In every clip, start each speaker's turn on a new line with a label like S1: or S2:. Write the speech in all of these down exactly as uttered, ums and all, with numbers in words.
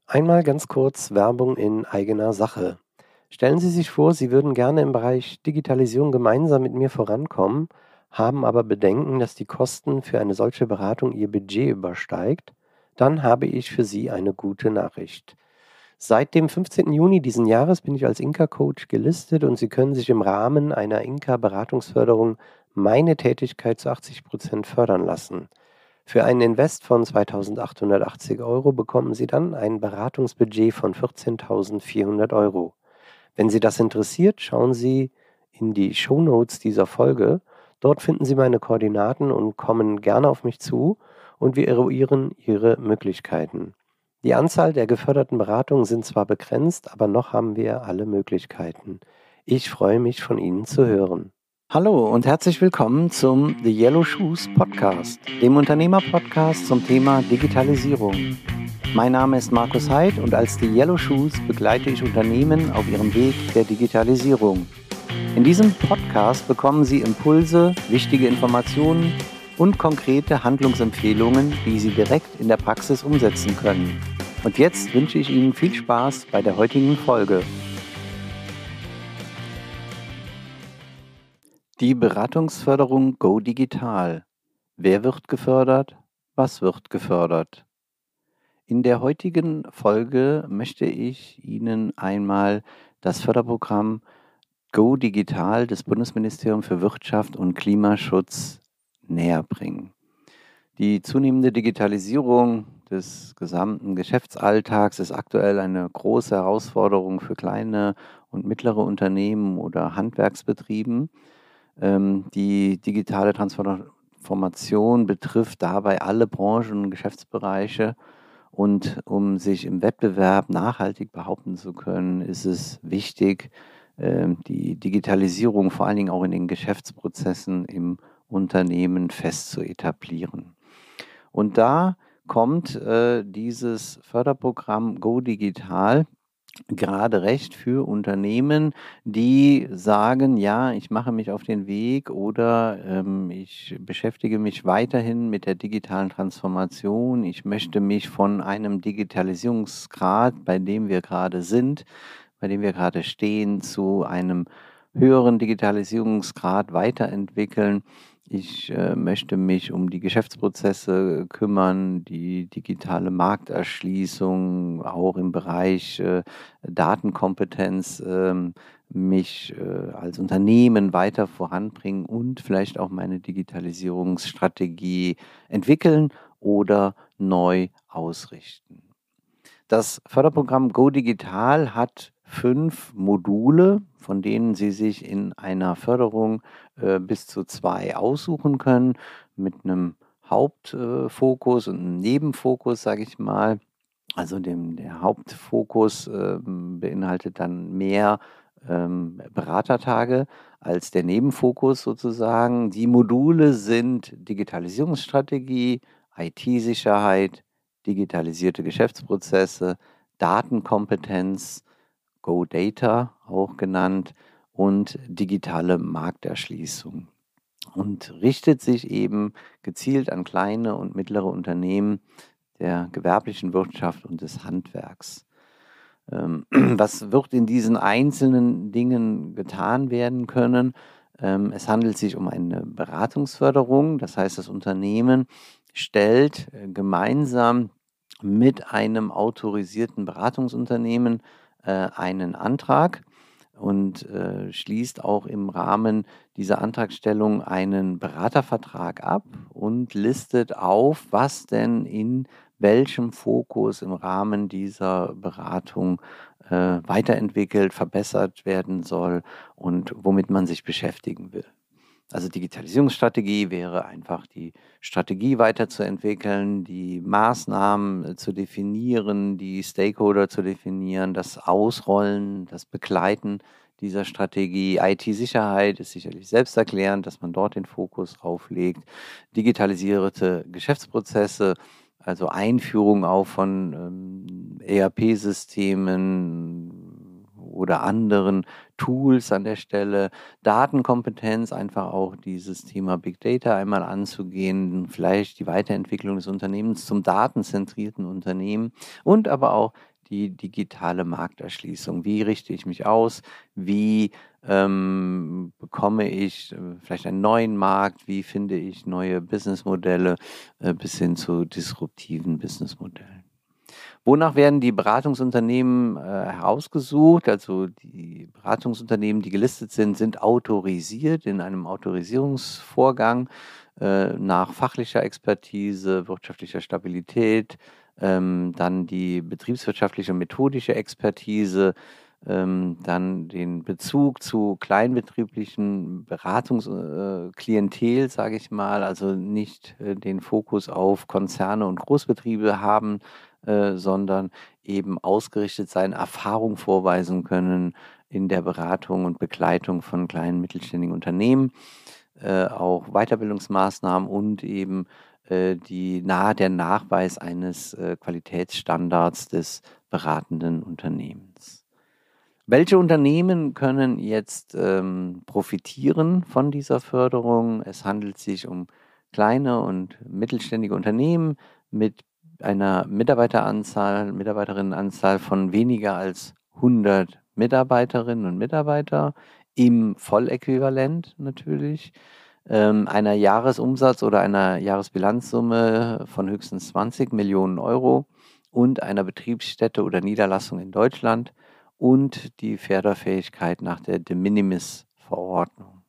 S1: Einmal ganz kurz Werbung in eigener Sache. Stellen Sie sich vor, Sie würden gerne im Bereich Digitalisierung gemeinsam mit mir vorankommen, haben aber Bedenken, dass die Kosten für eine solche Beratung Ihr Budget übersteigt. Dann habe ich für Sie eine gute Nachricht. Seit dem fünfzehnten Juni diesen Jahres bin ich als Inka-Coach gelistet und Sie können sich im Rahmen einer Inka-Beratungsförderung meine Tätigkeit zu achtzig Prozent fördern lassen. Für einen Invest von zweitausendachthundertachtzig Euro bekommen Sie dann ein Beratungsbudget von vierzehntausendvierhundert Euro. Wenn Sie das interessiert, schauen Sie in die Shownotes dieser Folge. Dort finden Sie meine Koordinaten und kommen gerne auf mich zu und wir eruieren Ihre Möglichkeiten. Die Anzahl der geförderten Beratungen sind zwar begrenzt, aber noch haben wir alle Möglichkeiten. Ich freue mich, von Ihnen zu hören.
S2: Hallo und herzlich willkommen zum The Yellow Shoes Podcast, dem Unternehmer-Podcast zum Thema Digitalisierung. Mein Name ist Markus Heid und als The Yellow Shoes begleite ich Unternehmen auf ihrem Weg der Digitalisierung. In diesem Podcast bekommen Sie Impulse, wichtige Informationen und konkrete Handlungsempfehlungen, die Sie direkt in der Praxis umsetzen können. Und jetzt wünsche ich Ihnen viel Spaß bei der heutigen Folge. Die Beratungsförderung Go Digital. Wer wird gefördert? Was wird gefördert? In der heutigen Folge möchte ich Ihnen einmal das Förderprogramm Go Digital des Bundesministeriums für Wirtschaft und Klimaschutz näher bringen. Die zunehmende Digitalisierung des gesamten Geschäftsalltags ist aktuell eine große Herausforderung für kleine und mittlere Unternehmen oder Handwerksbetrieben. Die digitale Transformation betrifft dabei alle Branchen und Geschäftsbereiche. Und um sich im Wettbewerb nachhaltig behaupten zu können, ist es wichtig, die Digitalisierung vor allen Dingen auch in den Geschäftsprozessen im Unternehmen fest zu etablieren. Und da kommt äh, dieses Förderprogramm Go Digital gerade recht für Unternehmen, die sagen, ja, ich mache mich auf den Weg oder ähm, ich beschäftige mich weiterhin mit der digitalen Transformation. Ich möchte mich von einem Digitalisierungsgrad, bei dem wir gerade sind, bei dem wir gerade stehen, zu einem höheren Digitalisierungsgrad weiterentwickeln. Ich äh, möchte mich um die Geschäftsprozesse kümmern, die digitale Markterschließung, auch im Bereich äh, Datenkompetenz, ähm, mich äh, als Unternehmen weiter voranbringen und vielleicht auch meine Digitalisierungsstrategie entwickeln oder neu ausrichten. Das Förderprogramm Go Digital hat fünf Module, von denen Sie sich in einer Förderung äh, bis zu zwei aussuchen können, mit einem Hauptfokus äh, und einem Nebenfokus, sage ich mal. Also dem, der Hauptfokus äh, beinhaltet dann mehr ähm, Beratertage als der Nebenfokus sozusagen. Die Module sind Digitalisierungsstrategie, I T-Sicherheit, digitalisierte Geschäftsprozesse, Datenkompetenz, Go Data auch genannt und digitale Markterschließung und richtet sich eben gezielt an kleine und mittlere Unternehmen der gewerblichen Wirtschaft und des Handwerks. Ähm, was wird in diesen einzelnen Dingen getan werden können? Ähm, es handelt sich um eine Beratungsförderung, das heißt, das Unternehmen stellt äh, gemeinsam mit einem autorisierten Beratungsunternehmen äh, einen Antrag und äh, schließt auch im Rahmen dieser Antragstellung einen Beratervertrag ab und listet auf, was denn in welchem Fokus im Rahmen dieser Beratung äh, weiterentwickelt, verbessert werden soll und womit man sich beschäftigen will. Also Digitalisierungsstrategie wäre einfach die Strategie weiterzuentwickeln, die Maßnahmen zu definieren, die Stakeholder zu definieren, das Ausrollen, das Begleiten dieser Strategie. I T-Sicherheit ist sicherlich selbsterklärend, dass man dort den Fokus drauflegt. Digitalisierte Geschäftsprozesse, also Einführung auch von ähm, E R P-Systemen oder anderen Tools an der Stelle, Datenkompetenz, einfach auch dieses Thema Big Data einmal anzugehen, vielleicht die Weiterentwicklung des Unternehmens zum datenzentrierten Unternehmen und aber auch die digitale Markterschließung. Wie richte ich mich aus? Wie ähm, bekomme ich äh, vielleicht einen neuen Markt? Wie finde ich neue Businessmodelle äh, bis hin zu disruptiven Businessmodellen? Wonach werden die Beratungsunternehmen äh, herausgesucht? Also die Beratungsunternehmen, die gelistet sind, sind autorisiert in einem Autorisierungsvorgang äh, nach fachlicher Expertise, wirtschaftlicher Stabilität, ähm, dann die betriebswirtschaftliche und methodische Expertise, ähm, dann den Bezug zu kleinbetrieblichen Beratungsklientel, äh, sage ich mal, also nicht äh, den Fokus auf Konzerne und Großbetriebe haben, äh, sondern eben ausgerichtet sein, Erfahrung vorweisen können in der Beratung und Begleitung von kleinen mittelständigen Unternehmen, äh, auch Weiterbildungsmaßnahmen und eben äh, die nahe der Nachweis eines äh, Qualitätsstandards des beratenden Unternehmens. Welche Unternehmen können jetzt ähm, profitieren von dieser Förderung? Es handelt sich um kleine und mittelständige Unternehmen mit einer Mitarbeiteranzahl, Mitarbeiterinnenanzahl von weniger als hundert Mitarbeiterinnen und Mitarbeiter im Volläquivalent natürlich, ähm, einer Jahresumsatz oder einer Jahresbilanzsumme von höchstens zwanzig Millionen Euro und einer Betriebsstätte oder Niederlassung in Deutschland und die Förderfähigkeit nach der De Minimis-Verordnung.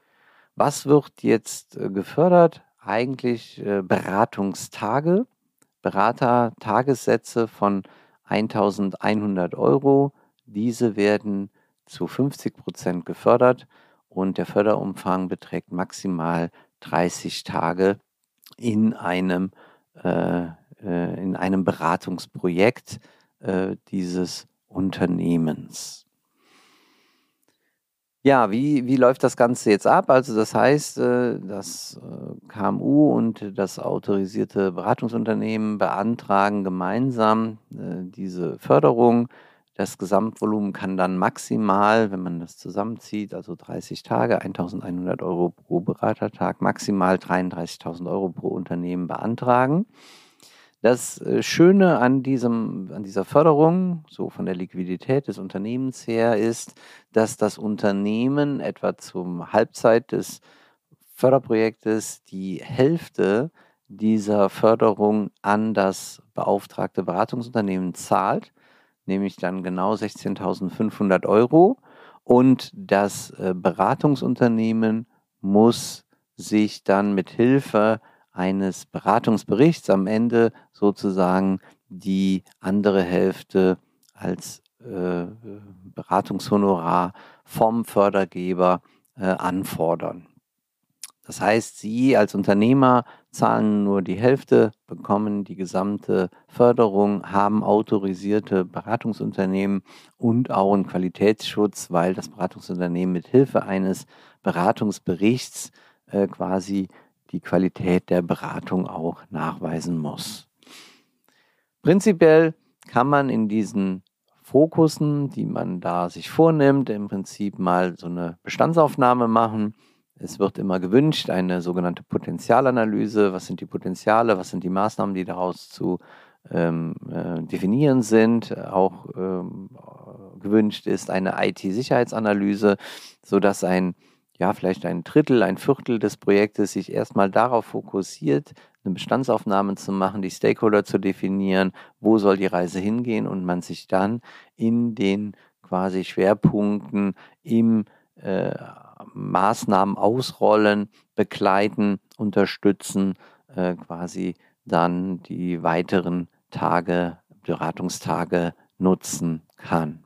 S2: Was wird jetzt äh, gefördert? Eigentlich äh, Beratungstage, Beratertagessätze von eintausendeinhundert Euro. Diese werden zu fünfzig Prozent gefördert und der Förderumfang beträgt maximal dreißig Tage in einem, äh, äh, in einem Beratungsprojekt äh, dieses Unternehmens. Ja, wie, wie läuft das Ganze jetzt ab? Also das heißt, äh, das äh, K M U und das autorisierte Beratungsunternehmen beantragen gemeinsam äh, diese Förderung. Das Gesamtvolumen kann dann maximal, wenn man das zusammenzieht, also dreißig Tage, eintausendeinhundert Euro pro Beratertag, maximal dreiunddreißigtausend Euro pro Unternehmen beantragen. Das äh, Schöne an diesem, an dieser Förderung, so von der Liquidität des Unternehmens her, ist, dass das Unternehmen etwa zum Halbzeit des Förderprojektes die Hälfte dieser Förderung an das beauftragte Beratungsunternehmen zahlt, nämlich dann genau sechzehntausendfünfhundert Euro. Und das äh, Beratungsunternehmen muss sich dann mit Hilfe eines Beratungsberichts am Ende sozusagen die andere Hälfte als äh, Beratungshonorar vom Fördergeber äh, anfordern. Das heißt, Sie als Unternehmer zahlen nur die Hälfte, bekommen die gesamte Förderung, haben autorisierte Beratungsunternehmen und auch einen Qualitätsschutz, weil das Beratungsunternehmen mit Hilfe eines Beratungsberichts äh, quasi die Qualität der Beratung auch nachweisen muss. Prinzipiell kann man in diesen Fokussen, die man da sich vornimmt, im Prinzip mal so eine Bestandsaufnahme machen. Es wird immer gewünscht, eine sogenannte Potenzialanalyse. Was sind die Potenziale? Was sind die Maßnahmen, die daraus zu ähm, äh, definieren sind? Auch ähm, gewünscht ist eine I T-Sicherheitsanalyse, sodass ein ja, vielleicht ein Drittel, ein Viertel des Projektes sich erstmal darauf fokussiert, eine Bestandsaufnahme zu machen, die Stakeholder zu definieren, wo soll die Reise hingehen und man sich dann in den quasi Schwerpunkten im äh, Maßnahmen ausrollen, begleiten, unterstützen, äh, quasi dann die weiteren Tage, Beratungstage nutzen kann.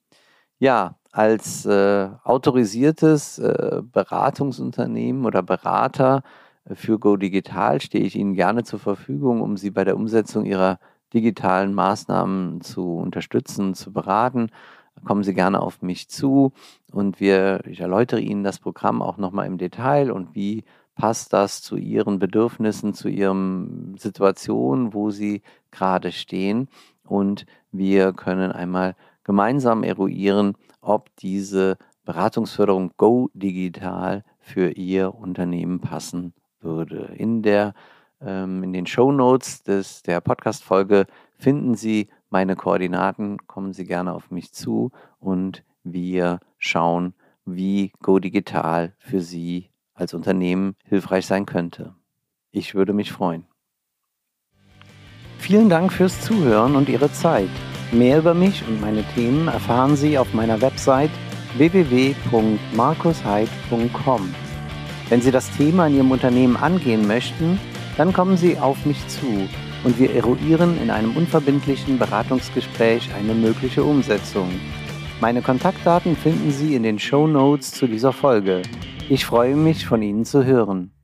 S2: Ja, als äh, autorisiertes äh, Beratungsunternehmen oder Berater äh, für Go Digital stehe ich Ihnen gerne zur Verfügung, um Sie bei der Umsetzung Ihrer digitalen Maßnahmen zu unterstützen, zu beraten. Kommen Sie gerne auf mich zu und wir, ich erläutere Ihnen das Programm auch nochmal im Detail und wie passt das zu Ihren Bedürfnissen, zu Ihren Situationen, wo Sie gerade stehen. Und wir können einmal gemeinsam eruieren, ob diese Beratungsförderung Go Digital für Ihr Unternehmen passen würde. In der, ähm, in den Shownotes des, der Podcast-Folge finden Sie meine Koordinaten, kommen Sie gerne auf mich zu und wir schauen, wie Go Digital für Sie als Unternehmen hilfreich sein könnte. Ich würde mich freuen. Vielen Dank fürs Zuhören und Ihre Zeit. Mehr über mich und meine Themen erfahren Sie auf meiner Website w w w punkt markus heid punkt com. Wenn Sie das Thema in Ihrem Unternehmen angehen möchten, dann kommen Sie auf mich zu und wir eruieren in einem unverbindlichen Beratungsgespräch eine mögliche Umsetzung. Meine Kontaktdaten finden Sie in den Shownotes zu dieser Folge. Ich freue mich, von Ihnen zu hören.